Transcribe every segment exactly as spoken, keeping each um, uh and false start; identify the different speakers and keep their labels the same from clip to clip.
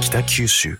Speaker 1: 北九州。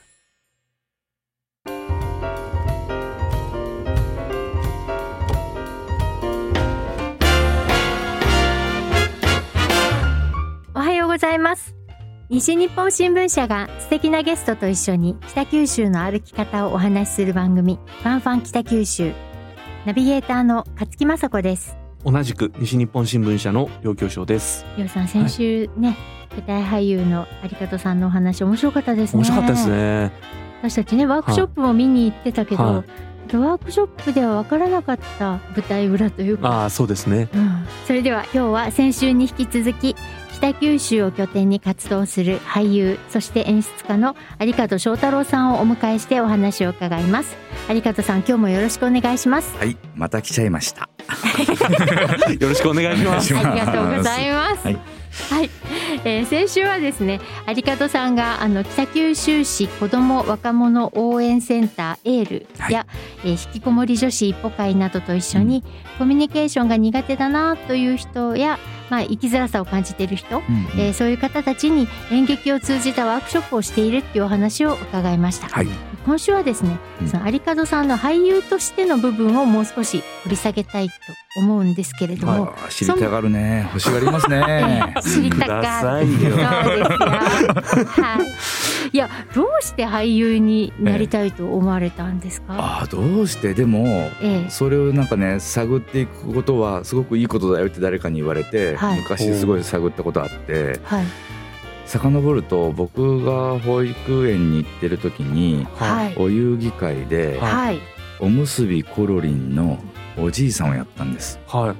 Speaker 2: おはようございます。西日本新聞社が素敵なゲストと一緒に北九州の歩き方をお話しする番組、ファンファン北九州。ナビゲーターの勝木雅子です。
Speaker 3: 同じく西日本新聞社の楊京翔です。
Speaker 2: 楊さん、先週ね、はい、舞台俳優の有門さんのお話面白かったですね。
Speaker 3: 面白かったですね。
Speaker 2: 私たちね、ワークショップも見に行ってたけど、はい、ワークショップでは分からなかった舞台裏というか。
Speaker 3: ああ、そうですね、
Speaker 2: うん、それでは今日は先週に引き続き北九州を拠点に活動する俳優、そして演出家の有門翔太郎さんをお迎えしてお話を伺います。有門さん、今日もよろしくお願いします。
Speaker 4: はい、また来ちゃいました
Speaker 3: よろしくお願いします
Speaker 2: ありがとうございます。
Speaker 4: はい、
Speaker 2: はい、えー、先週はですね、有門さんがあの北九州市子ども若者応援センターエールや、はい、えー、引きこもり女子一歩会などと一緒に、うん、コミュニケーションが苦手だなという人や、まあ、生きづらさを感じている人、うんうん、えー、そういう方たちに演劇を通じたワークショップをしているっていうお話を伺いました。
Speaker 4: はい、
Speaker 2: 今週はですね、うん、その有門さんの俳優としての部分をもう少し掘り下げたいと思うんですけれども、
Speaker 4: 知りたがるね、欲しがりますね、
Speaker 2: えー、知りたがる、そうですよはい、いや、どうして俳優になりたいと思われたんですか？
Speaker 4: えー、あどうしてでも、えー、それをなんかね探っていくことはすごくいいことだよって誰かに言われて、はい、昔すごい探ったことあって、はい、遡ると僕が保育園に行ってる時に、はい、お遊戯会で、はい、おむすびコロリンのおじいさんをやったんです、はい、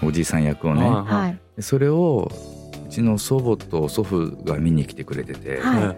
Speaker 4: おじいさん役をね、はい、それをうちの祖母と祖父が見に来てくれてて、はい、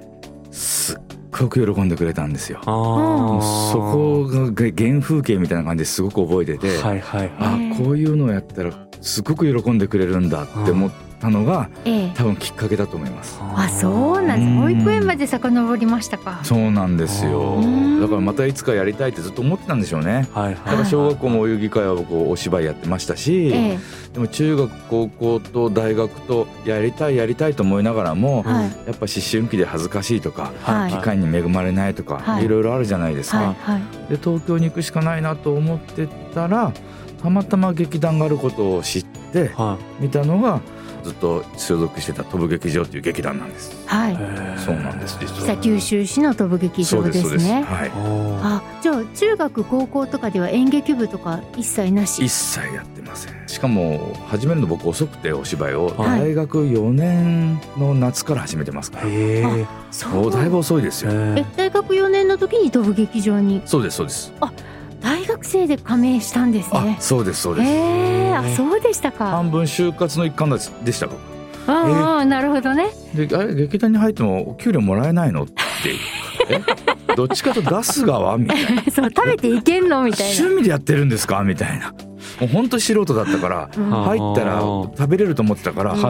Speaker 4: すっごく喜んでくれたんですよ。あそこが原風景みたいな感じですごく覚えてて、はいはい、あこういうのをやったらすごく喜んでくれるんだって思ったのが、ええ、多分きっかけだと思います。
Speaker 2: あ、そうなんです。保育園まで遡りましたか？
Speaker 4: そうなんですよ。だからまたいつかやりたいってずっと思ってたんでしょうね、はいはい、だから小学校もお遊戯会は僕お芝居やってましたし、ええ、でも中学高校と大学とやりたいやりたいと思いながらも、はい、やっぱ思春期で恥ずかしいとか、はい、機会に恵まれないとか、はい、いろいろあるじゃないですか、はいはい、で東京に行くしかないなと思ってたらたまたま劇団があることを知って見たのがずっと所属してた飛ぶ劇場という劇団なんです。はい、そうなんです。実は
Speaker 2: 北九州市の飛ぶ劇場ですね。そうです、そうです。はい、あ、じゃあ中学高校とかでは演劇部とか一切なし？
Speaker 4: 一切やってません。しかも始めるの僕遅くてお芝居を、はい、大学よねんの夏から始めてますから。へー、そうだいぶ遅いですよ。
Speaker 2: え、大学よねんの時に飛ぶ劇場に？
Speaker 4: そうですそうです。
Speaker 2: あ、大学生で加盟したんですね。
Speaker 4: あ、そうですそうです。
Speaker 2: へー、あ、そうでしたか。
Speaker 4: 半分就活の一環でしたか。
Speaker 2: ああ、なるほどね。
Speaker 4: で、あれ劇団に入ってもお給料もらえないのってえどっちかと出す側みたいな
Speaker 2: そう、食べていけんのみたいな、
Speaker 4: 趣味でやってるんですかみたいな、もう本当素人だったから、うん、入ったら食べれると思ってたから、うん、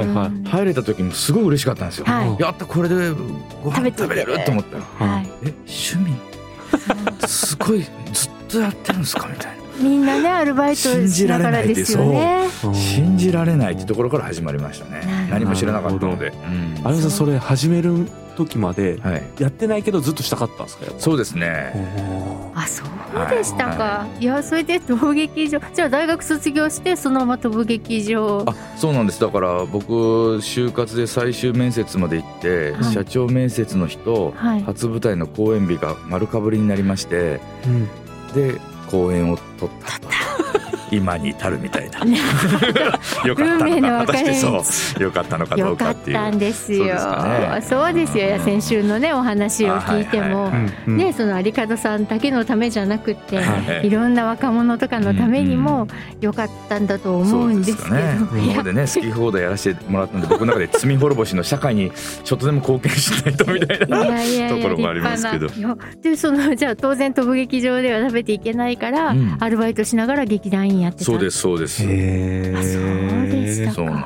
Speaker 4: 入れた時にすごい嬉しかったんですよ、はい、やった、これでご飯食べれると思ったら、はい、え趣味すごいずっとやってるんですかみたいな。
Speaker 2: みんなね、アルバイトしながらですよね。
Speaker 4: 信じられないってところから始まりましたね。何も知らなかったので。
Speaker 3: あれさん、それ始める時までやってないけどずっとしたかったんですか？
Speaker 4: そうですね。
Speaker 2: あ、そうでしたか、はい、いや、それで飛ぶ劇場、じゃあ大学卒業してそのまま飛ぶ劇場。
Speaker 4: あ、そうなんです。だから僕就活で最終面接まで行って、はい、社長面接の日と初舞台の公演日が丸かぶりになりまして、うん、で公演を取ったと今に至るみたいなよかったのか、果たしてそうよかったのかどうかっていう。
Speaker 2: よかったんですよ。そうですかね。そうですよ。先週のねお話を聞いても、はいはい、ね、その有門さんだけのためじゃなくて、はい、いろんな若者とかのためにもよかったんだと思うんですけど、
Speaker 4: ね、今までね好き放題やらせてもらったんで僕の中で罪滅ぼしの社会にちょっとでも貢献しないとみたいないやいやいやところもありますけど、いや
Speaker 2: でそのじゃあ当然飛ぶ劇場では食べていけないから、うん、アルバイトしながら劇団員やってた。
Speaker 4: そうですそうです。
Speaker 2: へー、そうでしたか。
Speaker 4: そうなんです。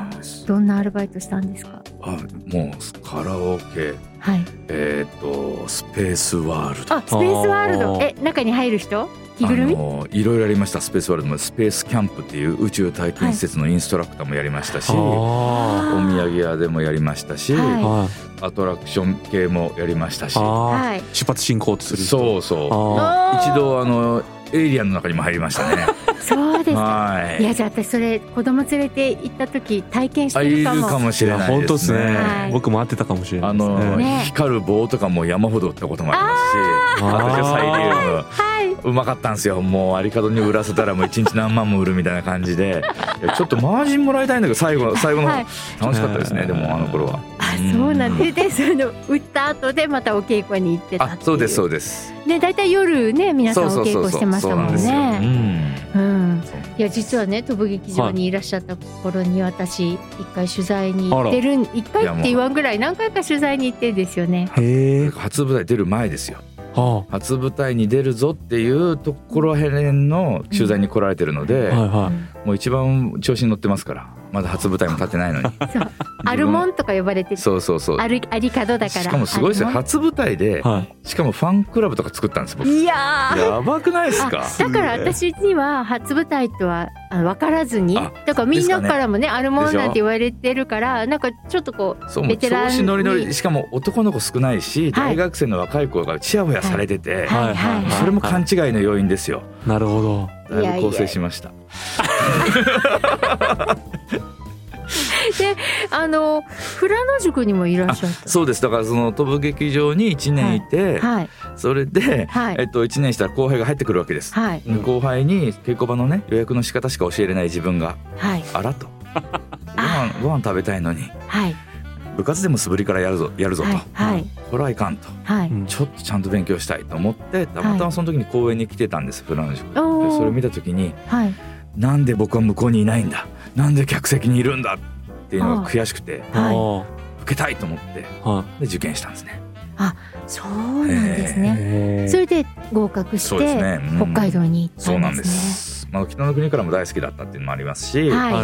Speaker 2: どんなアルバイトしたんですか？
Speaker 4: あ、もうカラオケ、
Speaker 2: はい、
Speaker 4: えっ、ー、とスペースワールド。
Speaker 2: あ、スペースワールド。え、中に入る人？着ぐるみ？あ
Speaker 4: のいろいろありました。スペースワールドもスペースキャンプっていう宇宙体験施設のインストラクターもやりましたし、はい、お土産屋でもやりましたし、はい、アトラクション系もやりましたし、
Speaker 3: はい、出発進行とする。
Speaker 4: そうそう。一度あのエイリアンの中にも入りましたね。
Speaker 2: そうですか。はい。いや、じゃあ私それ子供連れて行った時体験してるかも。
Speaker 4: いるかもしれないですね。
Speaker 3: 本当ですね、はい。僕も会ってたかもしれないですね。
Speaker 4: あの、ね、光る棒とかも山ほど売ったこともありますし、私はサイリウム、はい、うまかったんですよ。もうアリカドに売らせたらもう一日何万も売るみたいな感じで、ちょっとマージンもらいたいんだけど最後最後の方、はい、楽しかったですね。でもあの頃は。
Speaker 2: あ、そうなんで、でその売った後でまたお稽古に行ってたっていう。
Speaker 4: あ、そうですそうです。
Speaker 2: ね、だいたい夜ね皆さんお稽古してましたもんね。うん。いや、実はね、飛ぶ劇場にいらっしゃった頃に私一回取材に行ってる、一回って言わんぐらい何回か取材に行ってるんですよね。
Speaker 4: へえ。初舞台出る前ですよ。はあ、初舞台に出るぞっていうところへんの取材に来られてるので、うんはいはい、もう一番調子に乗ってますから。まだ初舞台も立ってないのに。
Speaker 2: そうアルモンとか呼ばれてて、
Speaker 4: そうそうそう、
Speaker 2: アリカドだから。
Speaker 4: しかもすごいですよ、初舞台で、はい、しかもファンクラブとか作ったんです僕。
Speaker 2: いやー
Speaker 4: やばくないですか？
Speaker 2: だから私には初舞台とは分からずに、だからみんなからもねアルモンなんて言われてるから、なんかちょっとこう
Speaker 4: そう、
Speaker 2: ベテランに
Speaker 4: 調子乗り乗り、しかも男の子少ないし、はい、大学生の若い子がチヤホヤされてて、はいはいはいはい、それも勘違いの要因ですよ。
Speaker 3: なるほど。
Speaker 4: だいぶ構成しました。
Speaker 2: で、あの富良野宿にもいらっしゃった。
Speaker 4: そうです。だからその飛ぶ劇場にいちねんいて、はいはい、それで、はい、えっと、いちねんしたら後輩が入ってくるわけです、はい、後輩に稽古場のね予約の仕方しか教えれない自分が、はい、あらとご飯ご飯食べたいのに、はい、部活でも素振りからやるぞやるぞと、はいはい、これはいかんと、はい、ちょっとちゃんと勉強したいと思ってたまたまその時に公園に来てたんです富良野宿で。それを見た時に、はい、なんで僕は向こうにいないんだ、なんで客席にいるんだっていうのが悔しくて、はい、受けたいと思って、はい、で受験したんですね。
Speaker 2: あ、そうなんですね。それで合格して、ね、うん、北海道に行ったんですね。そうなんです。
Speaker 4: まあ、北の国からも大好きだったっていうのもありますし、はい、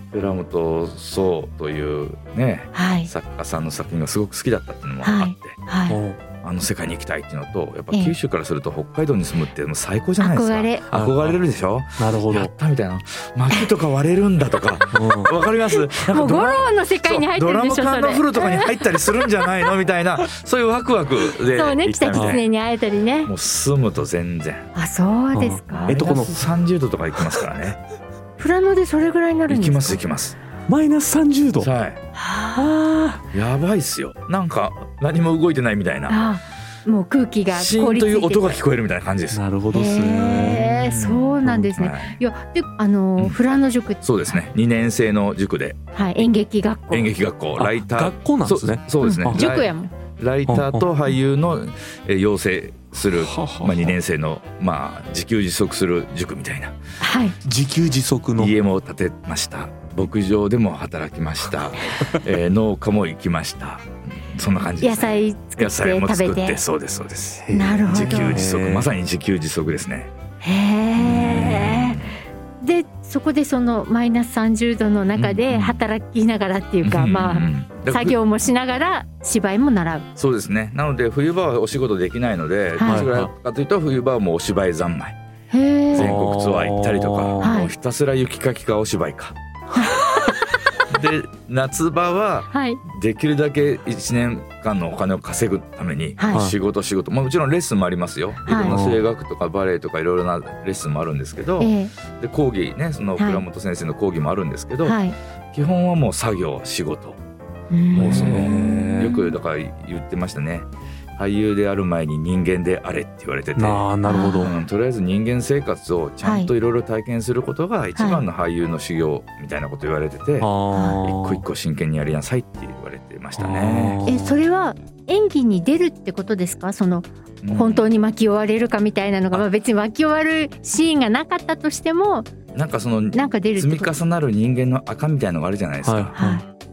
Speaker 4: 寺本壮というね、はい、作家さんの作品がすごく好きだったっていうのもあって、はいはい、あの世界に行きたいっていうのと、やっぱ九州からすると北海道に住むってもう最高じゃないですか。憧れ憧れるでしょ。なるほど。やったみたいな、薪とか割れるんだとかわかります？なんか
Speaker 2: もうゴロの世界に入ってるでしょ。
Speaker 4: ドラム缶の風呂とかに入ったりするんじゃないのみたいな、そういうワクワクで行ったみたいな。そうね、
Speaker 2: 北狐に会えたりね。
Speaker 4: もう住むと全然。
Speaker 2: あ、そうですか。
Speaker 4: えっとこのさんじゅうどとか行きますからね。
Speaker 2: 富良野でそれぐらいになるんですか？
Speaker 4: 行きます行きます。
Speaker 3: マイナスさんじゅうど。はい。
Speaker 2: はあ。
Speaker 4: やばいっすよ。なんか何も動いてないみたいな。
Speaker 2: もう空気が
Speaker 4: シーンという音が聞こえるみたいな感じです。
Speaker 3: なるほどですね。
Speaker 2: そうなんですね。はい、いやであの、うん、富良野塾って
Speaker 4: そうですね。にねん生の塾で、
Speaker 2: はい、演劇学校
Speaker 4: 演劇学校ライター
Speaker 3: 学校なんですね。
Speaker 4: そ, そうですね、うん、
Speaker 2: 塾やもん。
Speaker 4: ライターと俳優の養成する、まあ、にねん生の、まあ、自給自足する塾みたいな、
Speaker 2: はい、
Speaker 3: 自給自足の
Speaker 4: 家も建てました。牧場でも働きました、えー、農家も行きました。そんな感じですね。
Speaker 2: 野菜作って食べて、野菜も作って
Speaker 4: そうですそうです。
Speaker 2: なるほど。
Speaker 4: 自給自足、まさに自給自足ですね。
Speaker 2: へえ。でそこでそのマイナスさんじゅうどの中で働きながらっていうか、うん、まあ作業もしながら芝居も習う。
Speaker 4: そうですね。なので冬場はお仕事できないので、どちらかというと冬場はもうお芝居三昧。へ全国ツアー行ったりとか、もうひたすら雪かきかお芝居か。で夏場はできるだけいちねんかんのお金を稼ぐために仕事仕事、まあ、もちろんレッスンもありますよ。いろんな声楽とかバレエとかいろいろなレッスンもあるんですけど、で講義ね、その倉本先生の講義もあるんですけど、基本はもう作業仕事、もうそのよくだから言ってましたね。俳優である前に人間であれって言われてて、
Speaker 3: あ、なるほど、
Speaker 4: うん、とりあえず人間生活をちゃんといろいろ体験することが一番の俳優の修行みたいなこと言われてて、はい、一個一個真剣にやりなさいって言われてましたね。
Speaker 2: え、それは演技に出るってことですか？その本当に巻き終われるかみたいなのが、うん、まあ、別に巻き終わるシーンがなかったとしても、
Speaker 4: なんかそのなんか出る積み重なる人間の赤みたいなのがあるじゃないですか、はいはい、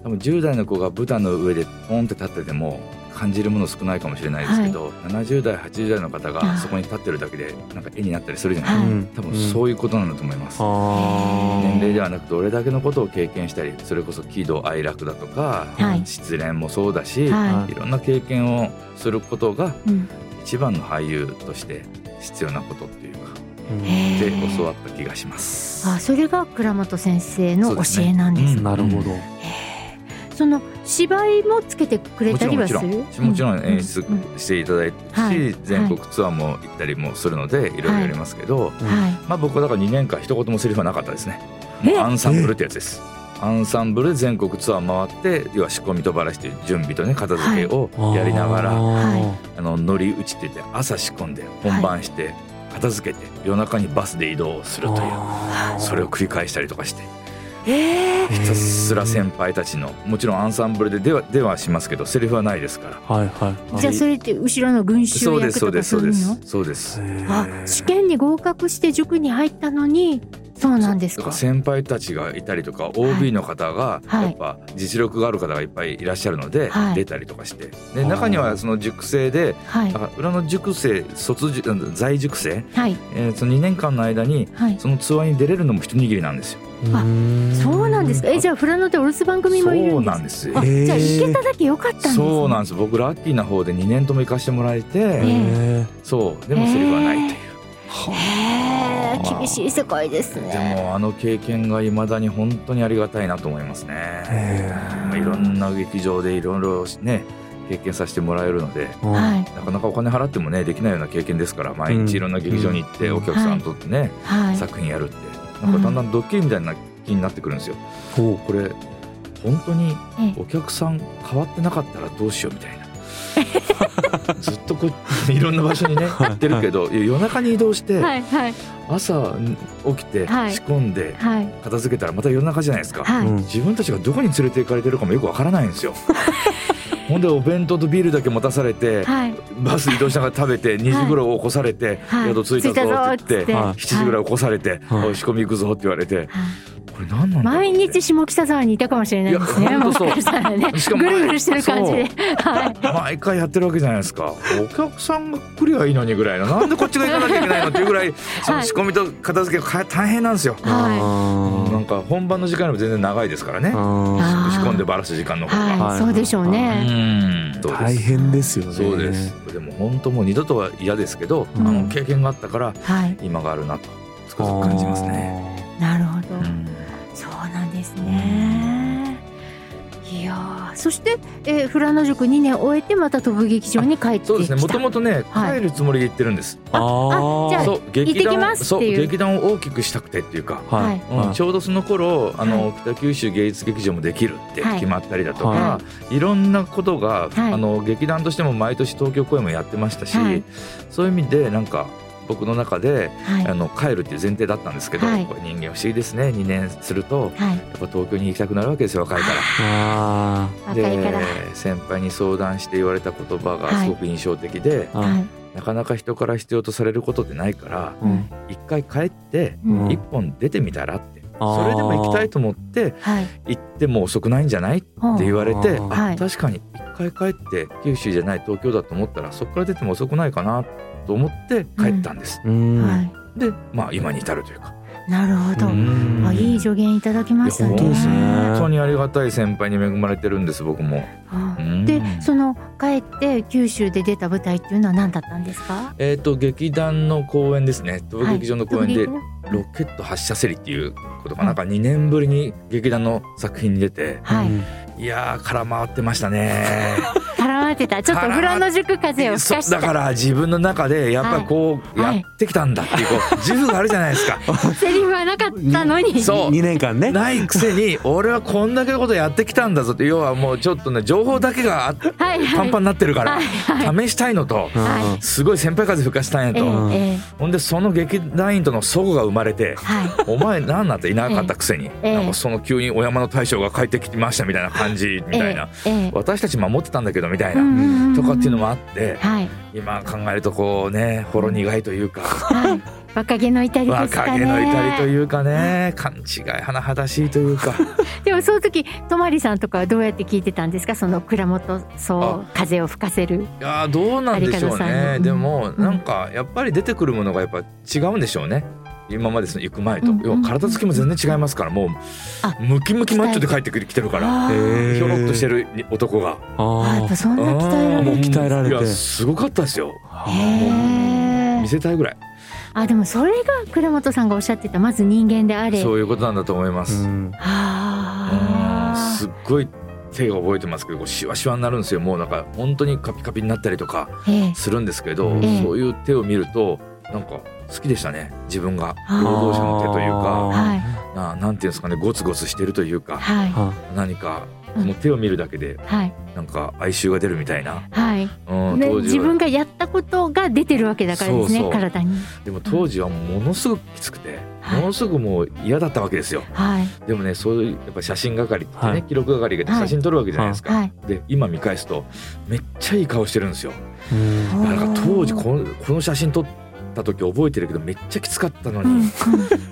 Speaker 4: 多分じゅう代の子が舞台の上でポンって立ってても感じるもの少ないかもしれないですけど、はい、ななじゅう代はちじゅう代の方がそこに立ってるだけでなんか絵になったりするじゃないですか、はい、多分そういうことなんだと思います、うん、年齢ではなくどれだけのことを経験したり、それこそ喜怒哀楽だとか、はい、失恋もそうだし、はい、いろんな経験をすることが一番の俳優として必要なことっていうか、うん、で教わった気がします。
Speaker 2: あ、それが倉本先生の教えなんですね。
Speaker 3: うん、なるほど。
Speaker 2: その芝居もつけてくれたりはする？
Speaker 4: もちろん、もちろん演出していただいてし、うんうん、全国ツアーも行ったりもするので、はい、いろいろやりますけど、はい、まあ、僕はだからにねんかん一言もセリフはなかったですね。アンサンブルってやつです。アンサンブルで全国ツアー回って、要は仕込みとばらしという準備とね、片付けをやりながら、はい、あの乗り打ちって言って朝仕込んで本番して片付けて夜中にバスで移動するという、それを繰り返したりとかして、えー、ひたすら先輩たちの、もちろんアンサンブルでではではしますけどセリフはないですから、はいはい、
Speaker 2: じゃあそれって後ろの群衆役とかするの？
Speaker 4: そうですそうです。
Speaker 2: あ、試験に合格して塾に入ったのに。そうなんですか。
Speaker 4: 先輩たちがいたりとか オービー の方がやっぱ実力がある方がいっぱいいらっしゃるので出たりとかして、で中にはその塾生で、はい、裏の塾生卒在塾生、はい、えー、そのにねんかんの間にそのツアーに出れるのも一握りなんですよ。
Speaker 2: あ、そうなんですか。え、じゃあフラノでお留守番組もいるんですか？
Speaker 4: そうなんですよ。
Speaker 2: あ、じゃあ行けただけ良かったんですね。
Speaker 4: そうなんです。僕ラッキーな方でにねんとも行かしてもらえて、えー、そうでもセリフはないという、
Speaker 2: へー、厳しい世界ですね。
Speaker 4: でもあの経験がいまだに本当にありがたいなと思いますね。いろんな劇場でいろいろね経験させてもらえるので、はい、なかなかお金払ってもねできないような経験ですから、毎日いろんな劇場に行ってお客さんとってね、はい、作品やるってなんかだんだんドッキリみたいな気になってくるんですよ、うん、これ本当にお客さん変わってなかったらどうしようみたいなずっとこういろんな場所にね行ってるけど夜中に移動して朝起きて仕込んで片付けたらまた夜中じゃないですか、はい、自分たちがどこに連れて行かれてるかもよくわからないんですよほんでお弁当とビールだけ持たされて、はい、バス移動しながら食べてにじぐらい起こされて、はい、宿着いたぞって言って、はい、しちじぐらい起こされて、はい、仕込み行くぞって言われて、はい、これ何なんだろうって。
Speaker 2: 毎日下北沢にいたかもしれないですね。もしかしたらね、ぐるぐるしてる感じで、はい、
Speaker 4: 毎回やってるわけじゃないですか。お客さんが来りゃいいのにぐらいの、なんでこっちが行かなきゃいけないのっていうぐらいその仕込みと片付けが大変なんですよ、はい、なんか本番の時間よりも全然長いですからね、仕込んでばらす時間の方が、
Speaker 2: はい、そうでしょうね。
Speaker 3: うん、大変ですよね。
Speaker 4: そうです。でも本当もう二度とは嫌ですけど、うん、あの経験があったから今があるなとつくづく感じますね。
Speaker 2: なるほど、うん、そうなんですね。いやそして、えー、富良野塾にねん終えてまた飛ぶ劇場に帰ってきた。
Speaker 4: そうですね、もともとね、はい、帰るつもりで行ってるんです。
Speaker 2: ああ、じゃあそう劇団行ってきますっていう、
Speaker 4: そう劇団を大きくしたくてっていうか、はいうん、ちょうどその頃あの、はい、北九州芸術劇場もできるって決まったりだとか、はい、いろんなことが、はい、あの劇団としても毎年東京公演もやってましたし、はい、そういう意味でなんか僕の中で、はい、あの帰るっていう前提だったんですけど、はい、これ人間不思議ですね。にねんすると、はい、やっぱ東京に行きたくなるわけですよ、若いから。あで若いから先輩に相談して言われた言葉がすごく印象的で、はい、なかなか人から必要とされることってないから、うん、一回帰って一本出てみたらって、うん、それでも行きたいと思って、はい、行っても遅くないんじゃないって言われて、あ、はい、確かに一回帰って九州じゃない東京だと思ったらそこから出ても遅くないかなと思って帰ったんです、うんはい、で、まあ、今に至るというか。
Speaker 2: なるほど、あ、いい助言いただきましたね。
Speaker 4: 本当ですね。本当にありがたい先輩に恵まれてるんです僕も。
Speaker 2: でその帰って九州で出た舞台っていうのは何だったんですか？
Speaker 4: えーと劇団の公演ですね。東劇場の公演で、はい、ロケット発射セリっていうことか、うん、なんかにねんぶりに劇団の作品に出て、はい、いやー空回ってましたね
Speaker 2: 空回ってた。ちょっと富良野塾風を吹かした。
Speaker 4: だから自分の中でやっぱりこうやってきたんだっていう、こう自負があるじゃないですか
Speaker 2: セリフはなかったのに
Speaker 4: そう
Speaker 3: にねんかんね
Speaker 4: ないくせに俺はこんだけのことやってきたんだぞって、要はもうちょっとね情報だけがパンパンになってるから、はいはい、試したいのと、はい、すごい先輩風吹かしたいのと、えー、ほんでその劇団員との齟齬が生まれて、はい、お前何なんていなかったくせに、えー、なんかその急にお山の大将が帰ってきましたみたいな感じみたいな、えーえー、私たち守ってたんだけどみたいなとかっていうのもあって、はい、今考えるとこうねほろ苦いというか、はい、
Speaker 2: 若気の至りですかね。
Speaker 4: 若気の至りというかね、勘違い甚だしいというか
Speaker 2: でもその時泊さんとかはどうやって聞いてたんですか、その蔵元そう風を吹かせる。
Speaker 4: いやどうなんでしょうね。でもなんかやっぱり出てくるものがやっぱ違うんでしょうね、今までその行く前と、うんうん、体つきも全然違いますから、もうムキムキマッチョで帰ってきてるから、ひょろっとしてる男が、
Speaker 2: あやっぱそんな鍛えられて、
Speaker 3: 鍛えられて、
Speaker 4: いやすごかったですよ。
Speaker 2: へ
Speaker 4: 見せたいぐらい。
Speaker 2: あでもそれが倉本さんがおっしゃってたまず人間であれ、
Speaker 4: そういうことなんだと思います。うん、
Speaker 2: は
Speaker 4: すっごい手が覚えてますけど、こうシワシワになるんですよ。もうなんか本当にカピカピになったりとかするんですけど、ええ、そういう手を見るとなんか好きでしたね、自分が。労働者の手というか、はい、な, なんていうんですかね、ゴツゴツしてるというか、はい、何かこの手を見るだけでなんか哀愁が出るみたいな、はい
Speaker 2: うん、当時は自分がやったことが出てるわけだからですね。そうそう体に。
Speaker 4: でも当時はものすごくきつくて、うん、ものすごくもう嫌だったわけですよ、はい、でもね、そういうやっぱ写真係ってね、はい、記録係が写真撮るわけじゃないですか、はい、で今見返すとめっちゃいい顔してるんですよ。だから当時この、この写真撮った時覚えてるけどめっちゃきつかったのに、うん、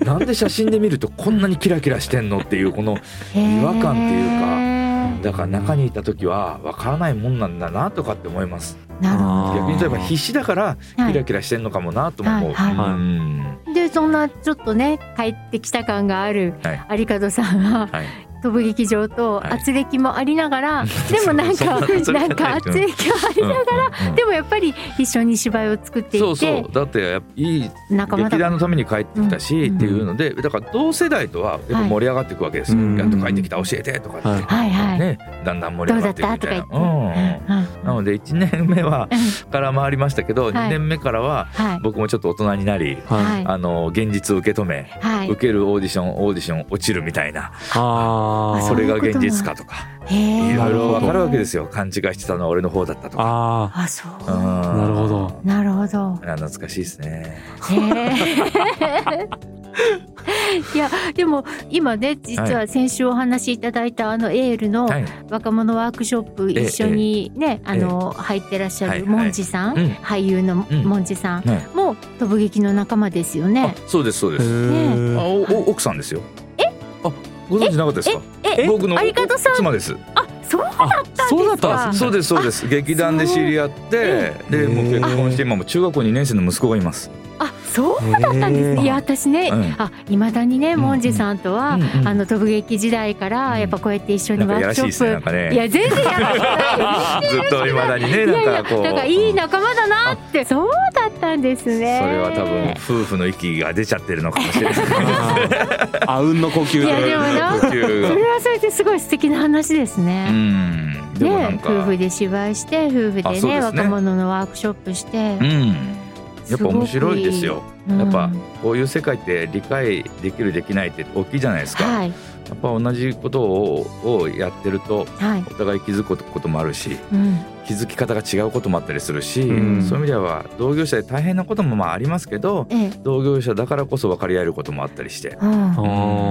Speaker 4: なんで写真で見るとこんなにキラキラしてんのっていうこの違和感っていうか、だから中にいた時は分からないもんなんだなとかって思います。
Speaker 2: なるほど。
Speaker 4: 逆に言えば必死だからキラキラしてんのかもなとも思う、はいはいはい、うん、
Speaker 2: でそんなちょっとね帰ってきた感がある有門さんは、はい、飛ぶ劇場と圧力もありながら、はい、でもなんかなんか圧力もありながら、うんうん、でもやっぱり一緒に芝居を作っていって、
Speaker 4: そうそう、だってやっぱいい劇団のために帰ってきたし、うん、っていうので、だから同世代とはやっぱ盛り上がっていくわけですよ、はい、やっと帰ってきた教えてとかって、はいはいね、だんだん盛り上がっていくみたいな、うんうん、なのでいちねんめはから回りましたけど、はい、にねんめからは僕もちょっと大人になり、はい、あの現実を受け止め、はい、受けるオーディションオーディション落ちるみたいな、あそれが現実かとかいろいろ分かるわけですよ。勘違いしてたのは俺の方だったとか。
Speaker 2: ああそう、
Speaker 3: うん、なるほど
Speaker 2: なるほど。
Speaker 4: 懐かしいですね。
Speaker 2: いやでも今ね実は先週お話しいただいたあのエールの若者ワークショップ一緒にね、あの入ってらっしゃるモンジさん、俳優のモンジさんも飛ぶ劇の仲間ですよね。
Speaker 4: そうですそうです、ね、あお奥さんですよ。えあご存知なかったですか。え僕の妻です。
Speaker 2: あそうだったんですか。
Speaker 3: そうだったんです。
Speaker 4: そうですそうです。劇団で知り合ってでもう結婚して今も中学校にねん生の息子がいます。
Speaker 2: あそうだったんですね。いや私ね、うん、あ未だにねモンジさんとは、うんうん、あの飛ぶ劇時代からやっぱこうやって一緒にワークショップ、
Speaker 4: なんかやらしいですね、なんかね、
Speaker 2: いや全然やらしくない
Speaker 4: ずっと未だにねなんかこう、いやいや
Speaker 2: だからいい仲間だなって、うん、そうだったんですね。
Speaker 4: それは多分夫婦の息が出ちゃってるのかもしれない
Speaker 3: あうんの呼吸。
Speaker 2: いやでもなんかそれはそれですごい素敵な話ですね。うんでもなんか夫婦で芝居して夫婦で ね, ね若者のワークショップして、うん、
Speaker 4: やっぱ面白いですよ。やっぱこういう世界って理解できるできないって大きいじゃないですか、はい、やっぱ同じことを、をやってるとお互い気づくこともあるし、うん、気づき方が違うこともあったりするし、うん、そういう意味では同業者で大変なこともまあありますけど、ええ、同業者だからこそ分かり合えることもあったりして、うん、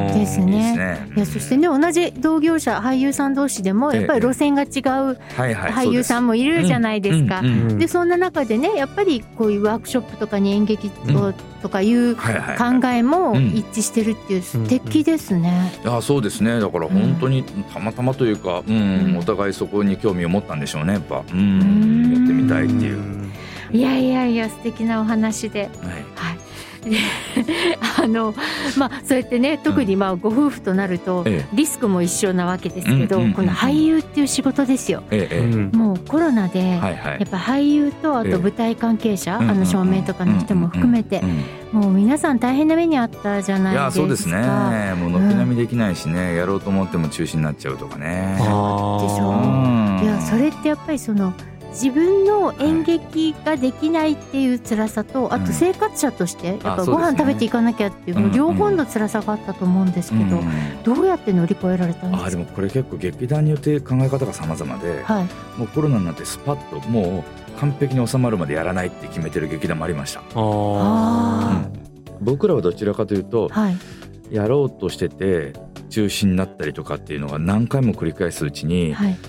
Speaker 2: ですね。いいですね、うん、いやそしてね同じ同業者俳優さん同士でもやっぱり路線が違う俳優さんもいるじゃないですか。でそんな中でねやっぱりこういうワークショップとかに演劇をとかいう考えも一致してるっていう素敵ですね。
Speaker 4: いやそうですね。だから本当にたまたまというか、うんうん、お互いそこに興味を持ったんでしょうね。やっぱ、うん、やってみたいっていう。
Speaker 2: いやいやいや素敵なお話で、はいはいであのまあそうやってね特にまあご夫婦となるとリスクも一緒なわけですけど、うん、この俳優っていう仕事ですよ、ええ、もうコロナでやっぱ俳優とあと舞台関係者、ええ、あの照明とかの人も含めてもう皆さん大変な目にあったじゃないですか。いや
Speaker 4: そうですね。もう軒並みできないしね、うん、やろうと思っても中止になっちゃうとかね。
Speaker 2: でしょ、うん、いやそれってやっぱりその自分の演劇ができないっていう辛さと、あと生活者としてやっぱご飯食べていかなきゃっていう、もう両方の辛さがあったと思うんですけど、どうやって乗り越えられたんですか。
Speaker 4: あでもこれ結構劇団によって考え方が様々で、はい、もうコロナになってスパッともう完璧に収まるまでやらないって決めてる劇団もありました。あ、うん、僕らはどちらかというと、はい、やろうとしてて中止になったりとかっていうのが何回も繰り返すうちに、はい、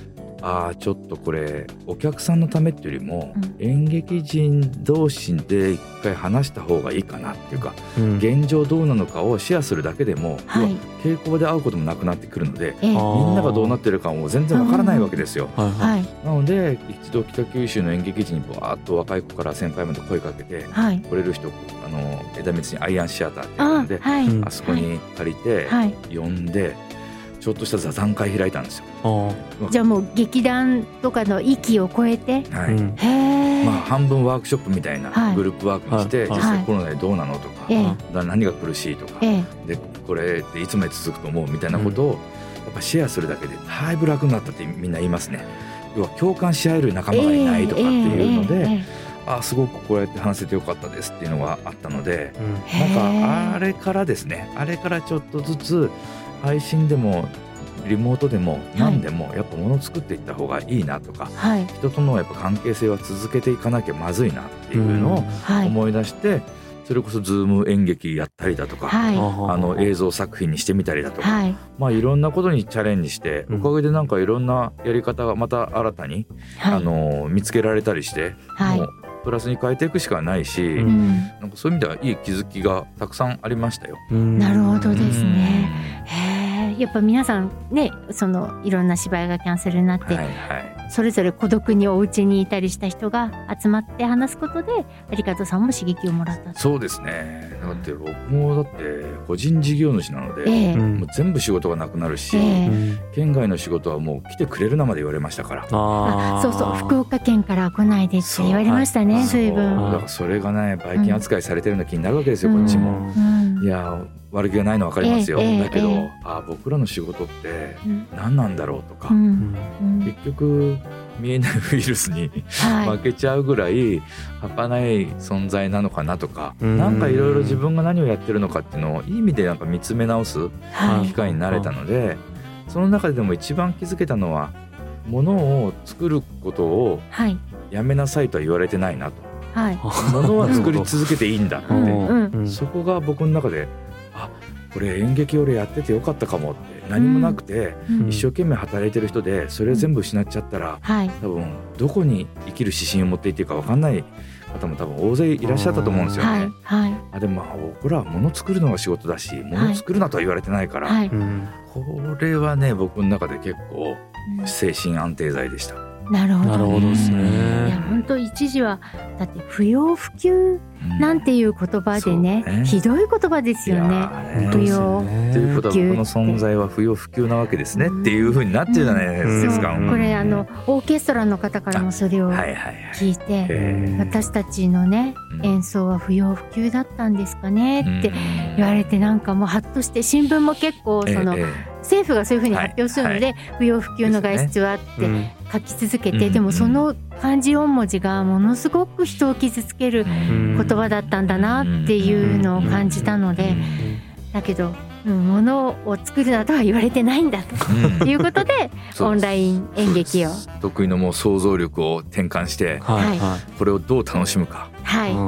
Speaker 4: ああちょっとこれお客さんのためっていうよりも、うん、演劇人同士で一回話した方がいいかなっていうか、うん、現状どうなのかをシェアするだけでも、はい、稽古場で会うこともなくなってくるので、えー、みんながどうなってるかも全然わからないわけですよ、はいはい、なので一度北九州の演劇人にバーッと若い子から先輩まで声かけて、はい、来れる人あの枝光にアイアンシアターっていうので あ,、はい、あそこに借りて、はい、呼んでちょっとした座談会開いたんですよ。あ
Speaker 2: じゃあもう劇団とかの域を超えて、はい、へ
Speaker 4: まあ、半分ワークショップみたいなグループワークにして、はい、実際コロナでどうなのとか、はい、何が苦しいとか、ええ、でこれっていつまで続くと思うみたいなことをやっぱシェアするだけでだいぶ楽になったってみんな言いますね。要は共感し合える仲間がいないとかっていうので、ええええあすごくこうやって話せてよかったですっていうのがあったので、うん、なんかあれからですねあれからちょっとずつ配信でもリモートでも何でもやっぱ物を作っていった方がいいなとか、はい、人とのやっぱ関係性は続けていかなきゃまずいなっていうのを思い出して、うんはい、それこそズーム演劇やったりだとか、はい、あの映像作品にしてみたりだとか、はいまあ、いろんなことにチャレンジして、うん、おかげでなんかいろんなやり方がまた新たに、はい、あの見つけられたりして、はい、もうプラスに変えていくしかないし、うん、なんかそういう意味ではいい気づきがたくさんありましたよ。
Speaker 2: なるほどですね。へやっぱ皆さんねそのいろんな芝居がキャンセルになって、はいはい、それぞれ孤独にお家にいたりした人が集まって話すことで有方さんも刺激をもらった。
Speaker 4: そうですね。だって僕もだって個人事業主なので、えー、もう全部仕事がなくなるし、えー、県外の仕事はもう来てくれるなまで言われましたから。
Speaker 2: ああそうそう福岡県から来ないでって言われましたね。随分
Speaker 4: だからそれがねばい菌扱いされてるような気になるわけですよ、うん、こっちも、うん、いや悪気がないの分かりますよ、えー、だけど、えー、あ僕らの仕事って何なんだろうとか、うんうん、結局見えないウイルスに、はい、負けちゃうぐらい儚い存在なのかなとか、うん、なんかいろいろ自分が何をやってるのかっていうのをいい意味でなんか見つめ直す機会になれたので、はい、その中ででも一番気づけたのは物を作ることをやめなさいとは言われてないなと、はい、物は作り続けていいんだって、うん、そこが僕の中であこれ演劇俺やっててよかったかもって何もなくて、うん、一生懸命働いてる人でそれを全部失っちゃったら、うん、多分どこに生きる指針を持っていっていいか分かんない方も多分大勢いらっしゃったと思うんですよね、はいはい、あでもまあ僕らは物作るのが仕事だし物作るなとは言われてないから、はいはい、これはね僕の中で結構精神安定剤でした。
Speaker 2: なるほど、
Speaker 3: なるほどですね。
Speaker 2: いや本当一時はだって不要不急なんていう言葉でね、うんね、ひどい言葉ですよね。不要不急
Speaker 4: ということは僕の存在は不要不急なわけですね、うん、っていう風になってるじゃないですか、
Speaker 2: うんうん、これあのオーケストラの方からもそれを聞いて、はいはいはい、私たちのね演奏は不要不急だったんですかねって言われてなんかもうハッとして新聞も結構その、えー政府がそういうふうに発表するので、はいはい、不要不急の外出はって書き続けて、ねうん、でもその漢字よん文字がものすごく人を傷つける言葉だったんだなっていうのを感じたので、だけど、うん、物を作るなとは言われてないんだということで、うん、オンライン演劇を
Speaker 4: 得意のもう想像力を転換して、はいはい、これをどう楽しむか、はいうん、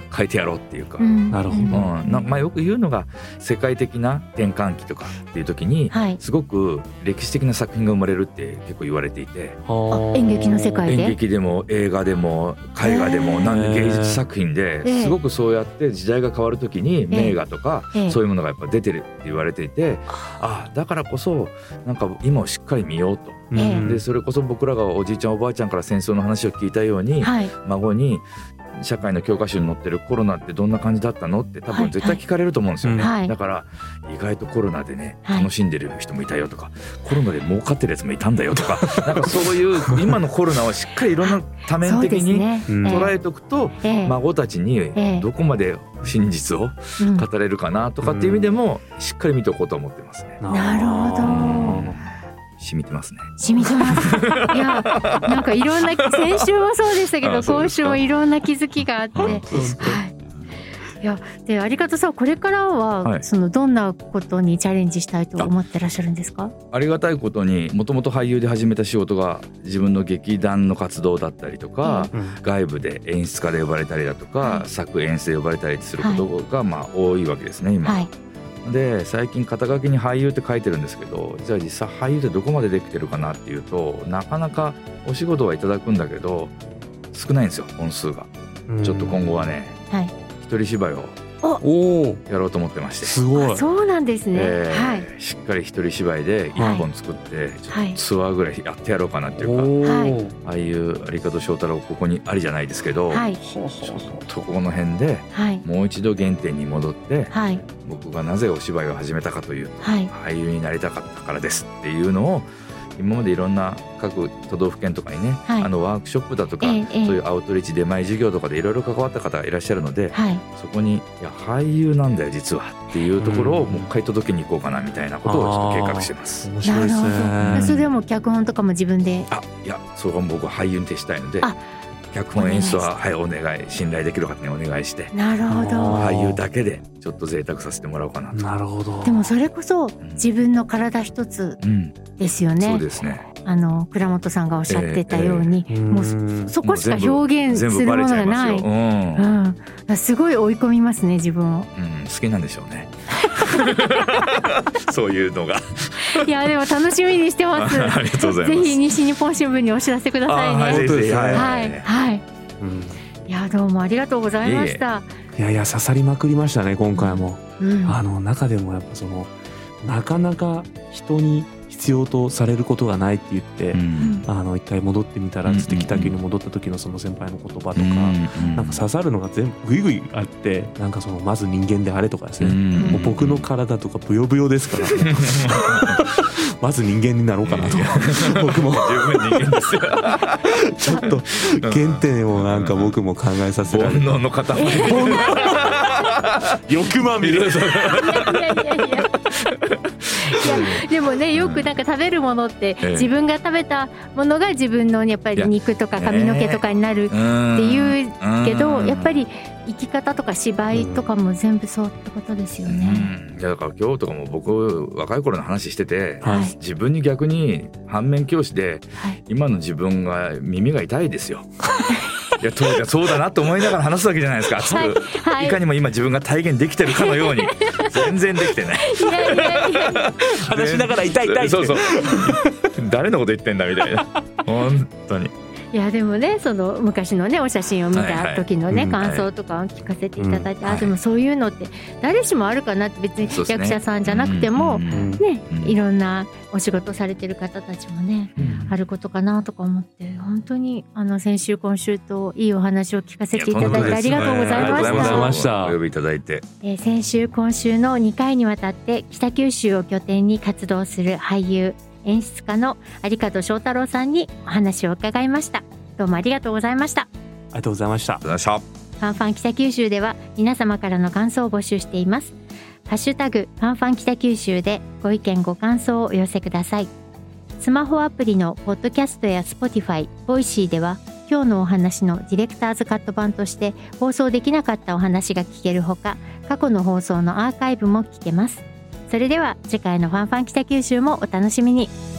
Speaker 4: 変えてやろうっていうか、うん、なるほど、うんなまあ、よく言うのが世界的な転換期とかっていう時に、はい、すごく歴史的な作品が生まれるって結構言われていて、
Speaker 2: 演劇の世界で
Speaker 4: 演劇でも映画でも絵画でもなんで芸術作品ですごくそうやって時代が変わる時に名画とかそういうものがやっぱ出てるって言われていて、あだからこそなんか今をしっかり見ようと、でそれこそ僕らがおじいちゃんおばあちゃんから戦争の話を聞いたように、はい、孫に社会の教科書に載ってるコロナってどんな感じだったのって多分絶対聞かれると思うんですよね、はいはい、だから意外とコロナでね楽しんでる人もいたよとか、はい、コロナで儲かってるやつもいたんだよとかなんかそういう今のコロナをしっかりいろんな多面的に捉えておくと、ね、孫たちにどこまで真実を語れるかなとかっていう意味でもしっかり見ておこうと思ってますね、
Speaker 2: うん、なるほど。
Speaker 4: 染みてますね。
Speaker 2: 染みてます。いや、なんかいろんな先週もそうでしたけど、今週もいろんな気づきがあって、はい。いやで有方さんこれからは、はい、そのどんなことにチャレンジしたいと思ってらっしゃるんですか？
Speaker 4: あ, ありがたいことにもともと俳優で始めた仕事が自分の劇団の活動だったりとか、うん、外部で演出家で呼ばれたりだとか、はい、作演出で呼ばれたりすることが、はい、まあ多いわけですね今、はい、 で最近肩書きに俳優って書いてるんですけど、じゃあ実際俳優ってどこまでできてるかなっていうと、なかなかお仕事はいただくんだけど少ないんですよ、本数が。ちょっと今後はね、はい、一人芝居をやろうと思ってまして。
Speaker 3: すごい。
Speaker 2: そうなんですね、
Speaker 4: えー
Speaker 2: はい、
Speaker 4: しっかり一人芝居で一本作って、はい、ツアーぐらいやってやろうかなっていうか、はい、ああいう有門翔太郎ここにありじゃないですけど、はい、ちょっとこの辺でもう一度原点に戻って、はい、僕がなぜお芝居を始めたかというと、はい、俳優になりたかったからですっていうのを今までいろんな各都道府県とかにね、はい、あのワークショップだとか、ええ、そういうアウトリーチ出前事業とかでいろいろ関わった方がいらっしゃるので、はい、そこにいや俳優なんだよ実はっていうところをもう一回届けに行こうかなみたいなことをちょっと計画してます。
Speaker 3: 面白いですね。
Speaker 2: それでも脚本とかも自分で。
Speaker 4: あいやそこは僕は俳優に徹したいので、脚本演出ははいお願い信頼できる方にお願いして、
Speaker 2: なるほど
Speaker 4: 俳優だけでちょっと贅沢させてもらおうかなと。
Speaker 3: なるほど。
Speaker 2: でもそれこそ自分の体一つですよね、うんうん、
Speaker 4: そうですね。
Speaker 2: あの倉本さんがおっしゃってたように、えーえー、もう そ, そこしか表現するものがない、うんうん、すごい追い込みますね自分を、
Speaker 4: うん、好きなんでしょうねそういうのが
Speaker 2: いやでも楽しみにしてます
Speaker 4: ありがとうございます。
Speaker 2: ぜひ西日本新聞にお知らせくださいね。
Speaker 4: はいぜひはい
Speaker 2: はいはい、うん、いやどうもありがとうございました。
Speaker 3: いやいや刺さりまくりましたね今回も、うん、あの中でもやっぱそのなかなか人に必要とされることがないって言って、うん、あの一回戻ってみたらつって北九に戻った時のその先輩の言葉とか、うん、なんか刺さるのが全部グイグイあって、なんかそのまず人間であれとかですね、うん、もう僕の体とかブヨブヨですからまず人間になろうかなと僕も
Speaker 4: 十分人間ですよ
Speaker 3: ちょっと原点をなんか僕も考えさせられる。
Speaker 4: 煩悩の塊
Speaker 3: 欲まみれ。いやいやいやいや
Speaker 2: いやでもねよくなんか食べるものって自分が食べたものが自分のやっぱり肉とか髪の毛とかになるっていうけど、やっぱり生き方とか芝居とかも全部そうってことですよね。
Speaker 4: うん、いやだから今日とかも僕若い頃の話してて、はい、自分に逆に反面教師で、はい、今の自分が耳が痛いですよいやそうだなと思いながら話すわけじゃないですか熱く、はいはい、いかにも今自分が体現できてるかのように全然できてない
Speaker 2: いやいやいや
Speaker 3: 話しながら痛い痛いって
Speaker 4: そうそう誰のこと言ってんだみたいな本当に。
Speaker 2: いやでもねその昔のねお写真を見た時のね、はいはい、感想とかを聞かせていただいて、うん、あでもそういうのって誰しもあるかなって、別に役者さんじゃなくてもね、いろんなお仕事されてる方たちもね、うん、あることかなとか思って、本当にあの先週今週といいお話を聞かせていただいてありがとうございました。ありがとうございました。
Speaker 4: お呼びいただいて、
Speaker 2: えー、先週今週のにかいにわたって北九州を拠点に活動する俳優演出家の有門翔太郎さんにお話を伺いました。どうもありがとうございました。
Speaker 3: ありがとうございました。
Speaker 4: ファン
Speaker 2: ファン北九州では皆様からの感想を募集しています。ハッシュタグファンファン北九州でご意見ご感想をお寄せください。スマホアプリのポッドキャストや Spotify、ボイシーでは今日のお話のディレクターズカット版として放送できなかったお話が聞けるほか、過去の放送のアーカイブも聞けます。それでは次回のファンファン北九州もお楽しみに。